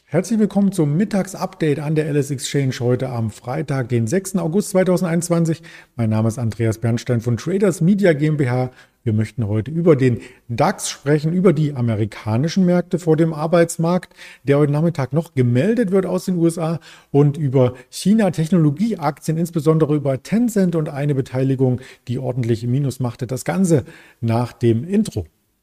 Herzlich willkommen zum Mittagsupdate an der LS Exchange heute am Freitag, den 6. August 2021. Mein Name ist Andreas Bernstein von Traders Media GmbH. Wir möchten heute über den DAX sprechen, über die amerikanischen Märkte vor dem Arbeitsmarkt, der heute Nachmittag noch gemeldet wird aus den USA, und über China-Technologieaktien, insbesondere über Tencent und eine Beteiligung, die ordentlich im Minus machte. Das Ganze nach dem Intro.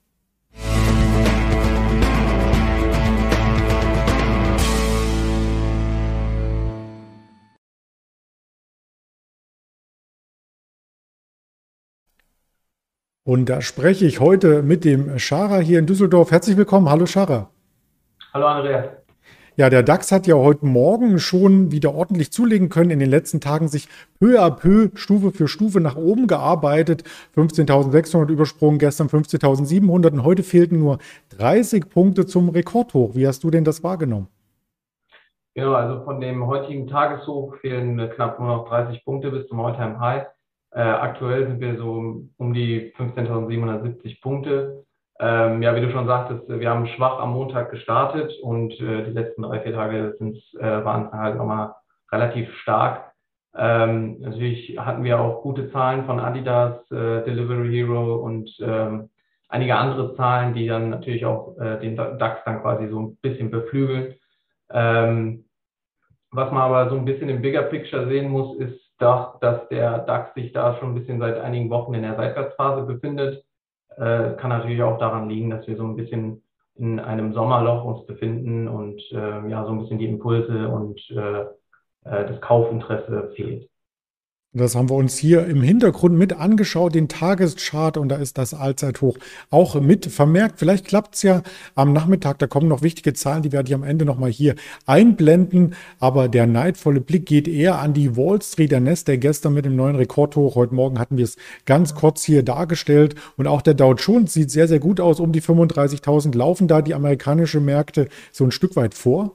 Und da spreche ich heute mit dem Schara hier in Düsseldorf. Herzlich willkommen. Hallo Schara. Hallo Andreas. Ja, der DAX hat ja heute Morgen schon wieder ordentlich zulegen können. In den letzten Tagen sich peu à peu, Stufe für Stufe nach oben gearbeitet. 15.600 übersprungen, gestern 15.700 und heute fehlten nur 30 Punkte zum Rekordhoch. Wie hast du denn das wahrgenommen? Genau, also von dem heutigen Tageshoch fehlen knapp nur noch 30 Punkte bis zum All-Time High. Aktuell sind wir so um die 15.770 Punkte. Ja, wie du schon sagtest, wir haben schwach am Montag gestartet und die letzten 3, 4 Tage waren es halt nochmal relativ stark. Natürlich hatten wir auch gute Zahlen von Adidas, Delivery Hero und einige andere Zahlen, die dann natürlich auch den DAX dann quasi so ein bisschen beflügeln. Ähm, Was man aber so ein bisschen im Bigger Picture sehen muss, ist doch, dass der DAX sich da schon ein bisschen seit einigen Wochen in der Seitwärtsphase befindet. Kann natürlich auch daran liegen, dass wir so ein bisschen in einem Sommerloch uns befinden und ja, so ein bisschen die Impulse und das Kaufinteresse fehlt. Das haben wir uns hier im Hintergrund mit angeschaut, den Tageschart, und da ist das Allzeithoch auch mit vermerkt. Vielleicht klappt es ja am Nachmittag, da kommen noch wichtige Zahlen, die werde ich am Ende nochmal hier einblenden. Aber der neidvolle Blick geht eher an die Wall Street, der Nasdaq gestern mit dem neuen Rekordhoch. Heute Morgen hatten wir es ganz kurz hier dargestellt. Und auch der Dow Jones sieht sehr, sehr gut aus. Um die 35.000 laufen da die amerikanischen Märkte so ein Stück weit vor.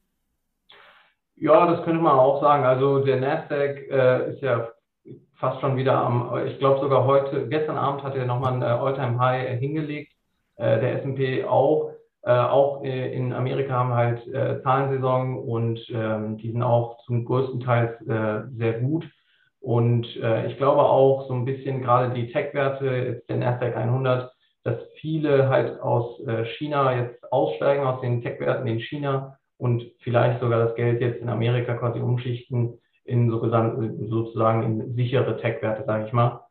Ja, das könnte man auch sagen. Also der Nasdaq ist ja fast schon wieder ich glaube sogar gestern Abend hat er nochmal ein All-Time-High hingelegt. Der S&P auch. Auch in Amerika haben wir halt Zahlensaison und die sind auch zum größten Teil sehr gut. Und ich glaube auch so ein bisschen gerade die Tech-Werte, jetzt der Nasdaq 100, dass viele halt aus China jetzt aussteigen, aus den Tech-Werten in China und vielleicht sogar das Geld jetzt in Amerika quasi umschichten in sozusagen in sichere Tech-Werte, sage ich mal.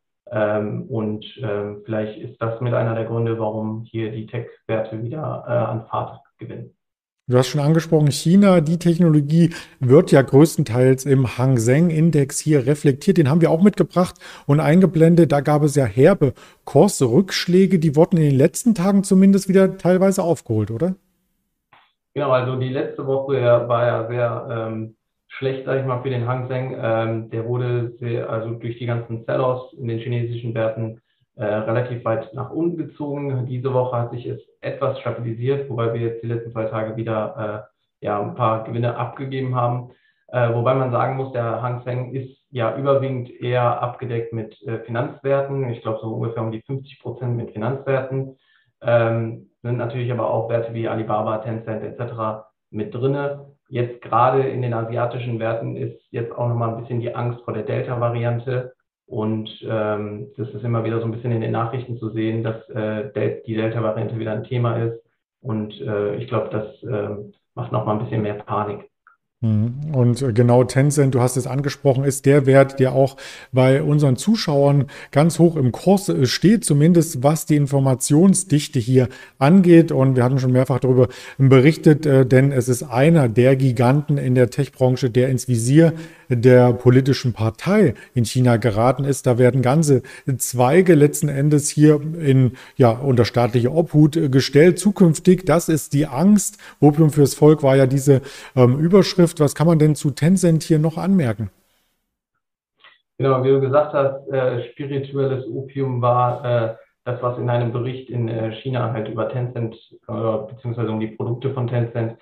Vielleicht ist das mit einer der Gründe, warum hier die Tech-Werte wieder an Fahrt gewinnen. Du hast schon angesprochen, China, die Technologie wird ja größtenteils im Hang Seng Index hier reflektiert. Den haben wir auch mitgebracht und eingeblendet. Da gab es ja herbe Kursrückschläge. Die wurden in den letzten Tagen zumindest wieder teilweise aufgeholt, oder? Genau, also die letzte Woche war ja sehr schlecht, sage ich mal, für den Hang Seng. Der wurde also durch die ganzen Sell-offs in den chinesischen Werten relativ weit nach unten gezogen. Diese Woche hat sich es etwas stabilisiert, wobei wir jetzt die letzten 2 Tage wieder ja, ein paar Gewinne abgegeben haben. Wobei man sagen muss, der Hang Seng ist ja überwiegend eher abgedeckt mit Finanzwerten. Ich glaube, so ungefähr um die 50% mit Finanzwerten. Sind natürlich aber auch Werte wie Alibaba, Tencent etc. mit drinne. Jetzt gerade in den asiatischen Werten ist jetzt auch nochmal ein bisschen die Angst vor der Delta-Variante. Und das ist immer wieder so ein bisschen in den Nachrichten zu sehen, dass die Delta-Variante wieder ein Thema ist. Und ich glaube, das macht nochmal ein bisschen mehr Panik. Und genau Tencent, du hast es angesprochen, ist der Wert, der auch bei unseren Zuschauern ganz hoch im Kurs steht, zumindest was die Informationsdichte hier angeht. Und wir hatten schon mehrfach darüber berichtet, denn es ist einer der Giganten in der Tech-Branche, der ins Visier der politischen Partei in China geraten ist. Da werden ganze Zweige letzten Endes hier ja, unter staatliche Obhut gestellt. Zukünftig, das ist die Angst. Opium fürs Volk war ja diese Überschrift. Was kann man denn zu Tencent hier noch anmerken? Genau, wie du gesagt hast, spirituelles Opium war das, was in einem Bericht in China halt über Tencent beziehungsweise um die Produkte von Tencent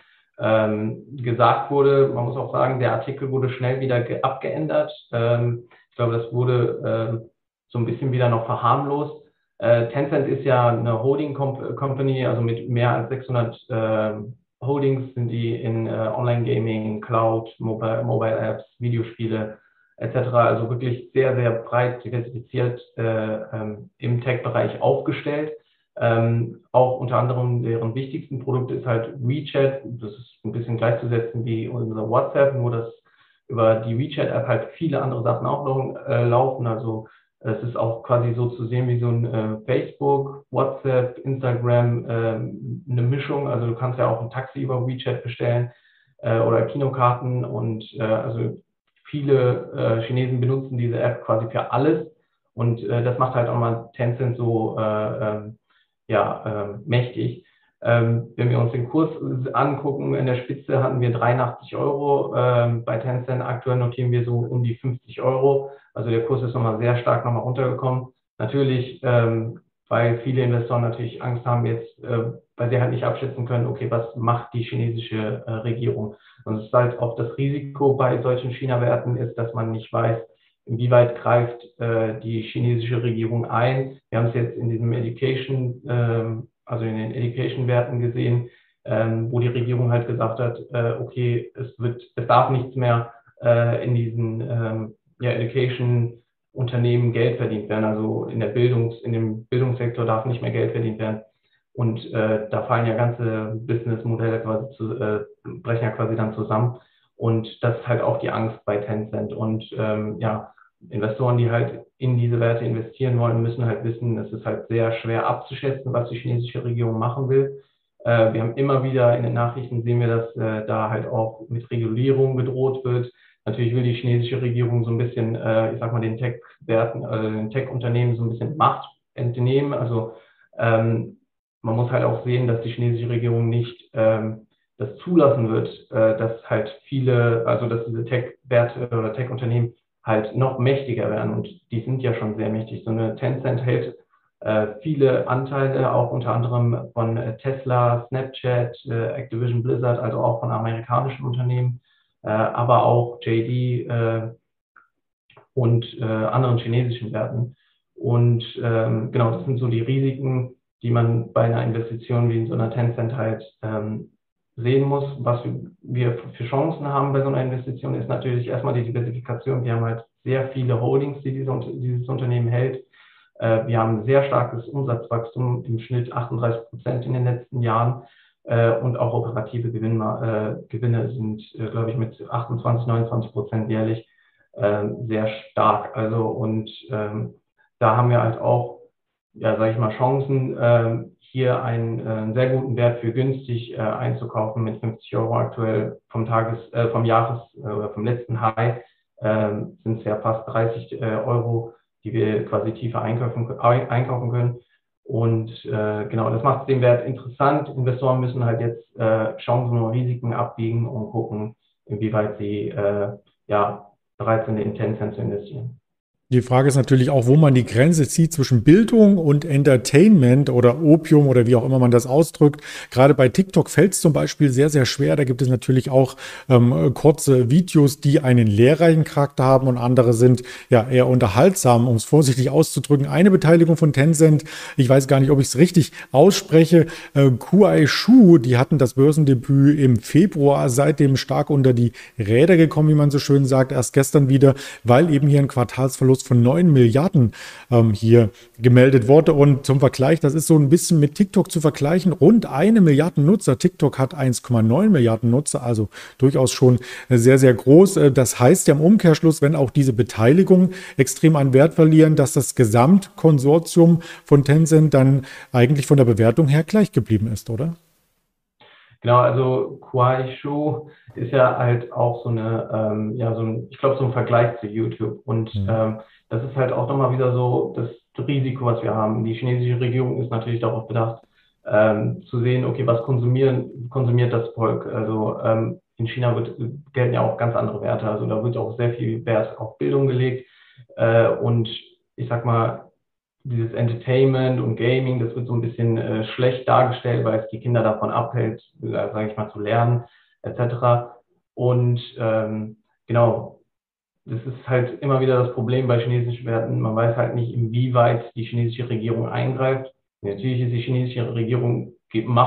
gesagt wurde. Man muss auch sagen, der Artikel wurde schnell wieder abgeändert. Ich glaube, das wurde so ein bisschen wieder noch verharmlost. Tencent ist ja eine Holding Company, also mit mehr als 600 Holdings sind die in Online-Gaming, Cloud, Mobile Apps, Videospiele etc. Also wirklich sehr, sehr breit diversifiziert im Tech-Bereich aufgestellt. Auch unter anderem deren wichtigsten Produkt ist halt WeChat. Das ist ein bisschen gleichzusetzen wie unser WhatsApp, nur dass über die WeChat-App halt viele andere Sachen auch noch laufen. Also es ist auch quasi so zu sehen wie so ein Facebook, WhatsApp, Instagram, eine Mischung. Also du kannst ja auch ein Taxi über WeChat bestellen oder Kinokarten und also viele Chinesen benutzen diese App quasi für alles und das macht halt auch mal Tencent so mächtig. Wenn wir uns den Kurs angucken, in der Spitze hatten wir 83 Euro, bei Tencent aktuell notieren wir so um die 50 Euro. Also der Kurs ist nochmal sehr stark nochmal runtergekommen. Natürlich, weil viele Investoren natürlich Angst haben jetzt, weil sie halt nicht abschätzen können, okay, was macht die chinesische Regierung? Und es ist halt auch das Risiko bei solchen China-Werten ist, dass man nicht weiß, inwieweit greift die chinesische Regierung ein. Wir haben es jetzt in diesem Education, also in den Education-Werten gesehen, wo die Regierung halt gesagt hat, okay, es darf nichts mehr in diesen Education-Unternehmen Geld verdient werden. Also in dem Bildungssektor darf nicht mehr Geld verdient werden. Und da fallen ja ganze Businessmodelle brechen ja quasi dann zusammen. Und das ist halt auch die Angst bei Tencent. Und Investoren, die halt in diese Werte investieren wollen, müssen halt wissen, es ist halt sehr schwer abzuschätzen, was die chinesische Regierung machen will. Wir haben immer wieder in den Nachrichten sehen wir, dass da halt auch mit Regulierung gedroht wird. Natürlich will die chinesische Regierung so ein bisschen, ich sag mal, den Tech-Werten, den Tech-Unternehmen so ein bisschen Macht entnehmen. Also man muss halt auch sehen, dass die chinesische Regierung nicht das zulassen wird, dass halt dass diese Tech-Werte oder Tech-Unternehmen halt noch mächtiger werden. Und die sind ja schon sehr mächtig. So eine Tencent hält viele Anteile, auch unter anderem von Tesla, Snapchat, Activision Blizzard, also auch von amerikanischen Unternehmen, aber auch JD und anderen chinesischen Werten. Und genau, das sind so die Risiken, die man bei einer Investition wie in so einer Tencent halt sehen muss. Was wir für Chancen haben bei so einer Investition, ist natürlich erstmal die Diversifikation. Wir haben halt sehr viele Holdings, die dieses Unternehmen hält. Wir haben sehr starkes Umsatzwachstum, im Schnitt 38% in den letzten Jahren. Und auch operative Gewinne sind, glaube ich, mit 28, 29% jährlich sehr stark. Also und da haben wir halt auch, ja, sage ich mal, Chancen, hier einen sehr guten Wert für günstig einzukaufen mit 50 Euro aktuell vom oder vom letzten High sind es ja fast 30 Euro, die wir quasi tiefer einkaufen können. Und genau, das macht den Wert interessant. Investoren müssen halt jetzt Chancen und Risiken abwiegen und gucken, inwieweit sie bereit sind, in Tencent zu investieren. Die Frage ist natürlich auch, wo man die Grenze zieht zwischen Bildung und Entertainment oder Opium oder wie auch immer man das ausdrückt. Gerade bei TikTok fällt es zum Beispiel sehr, sehr schwer. Da gibt es natürlich auch kurze Videos, die einen lehrreichen Charakter haben und andere sind ja eher unterhaltsam, um es vorsichtig auszudrücken. Eine Beteiligung von Tencent, ich weiß gar nicht, ob ich es richtig ausspreche, Kuaishou, die hatten das Börsendebüt im Februar, seitdem stark unter die Räder gekommen, wie man so schön sagt, erst gestern wieder, weil eben hier ein Quartalsverlust von 9 Milliarden hier gemeldet wurde. Und zum Vergleich, das ist so ein bisschen mit TikTok zu vergleichen. Rund 1 Milliarde Nutzer. TikTok hat 1,9 Milliarden Nutzer, also durchaus schon sehr, sehr groß. Das heißt ja im Umkehrschluss, wenn auch diese Beteiligungen extrem an Wert verlieren, dass das Gesamtkonsortium von Tencent dann eigentlich von der Bewertung her gleich geblieben ist, oder? Genau, also Kuaishou ist ja halt auch ich glaube, so ein Vergleich zu YouTube. Und das ist halt auch nochmal wieder so das Risiko, was wir haben. Die chinesische Regierung ist natürlich darauf bedacht, zu sehen, okay, was konsumiert das Volk? Also in China gelten ja auch ganz andere Werte. Also da wird auch sehr viel Wert auf Bildung gelegt. Und ich sag mal, dieses Entertainment und Gaming, das wird so ein bisschen schlecht dargestellt, weil es die Kinder davon abhält, sage ich mal, zu lernen, etc. Und genau, das ist halt immer wieder das Problem bei chinesischen Werten. Man weiß halt nicht, inwieweit die chinesische Regierung eingreift. Natürlich ist die chinesische Regierung macht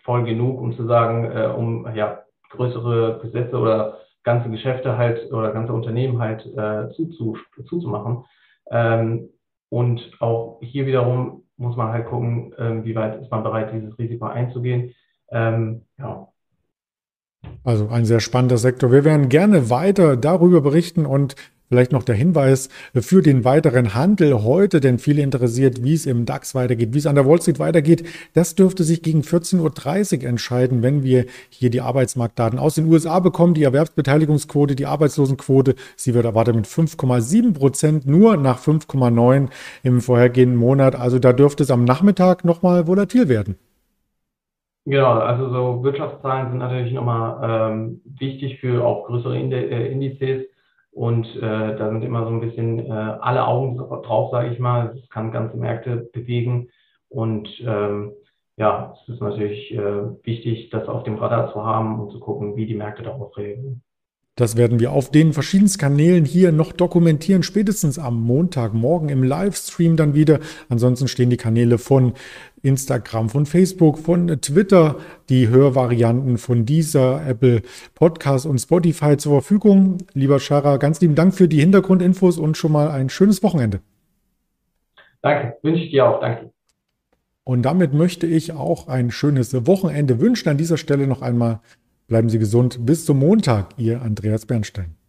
voll genug, um zu sagen, um ja größere Gesetze oder ganze Geschäfte halt oder ganze Unternehmen halt zuzumachen. Und auch hier wiederum muss man halt gucken, wie weit ist man bereit, dieses Risiko einzugehen. Ja. Also ein sehr spannender Sektor. Wir werden gerne weiter darüber berichten und vielleicht noch der Hinweis für den weiteren Handel heute, denn viele interessiert, wie es im DAX weitergeht, wie es an der Wall Street weitergeht. Das dürfte sich gegen 14:30 Uhr entscheiden, wenn wir hier die Arbeitsmarktdaten aus den USA bekommen, die Erwerbsbeteiligungsquote, die Arbeitslosenquote. Sie wird erwartet mit 5,7%, nur nach 5,9 im vorhergehenden Monat. Also da dürfte es am Nachmittag nochmal volatil werden. Genau, also so Wirtschaftszahlen sind natürlich nochmal wichtig für auch größere Indizes und da sind immer so ein bisschen alle Augen drauf, sage ich mal. Es kann ganze Märkte bewegen und ja, es ist natürlich wichtig, das auf dem Radar zu haben und zu gucken, wie die Märkte darauf reagieren. Das werden wir auf den verschiedensten Kanälen hier noch dokumentieren, spätestens am Montagmorgen im Livestream dann wieder. Ansonsten stehen die Kanäle von Instagram, von Facebook, von Twitter, die Hörvarianten von dieser Apple Podcast und Spotify zur Verfügung. Lieber Schara, ganz lieben Dank für die Hintergrundinfos und schon mal ein schönes Wochenende. Danke, wünsche ich dir auch. Danke. Und damit möchte ich auch ein schönes Wochenende wünschen. An dieser Stelle noch einmal bleiben Sie gesund. Bis zum Montag, Ihr Andreas Bernstein.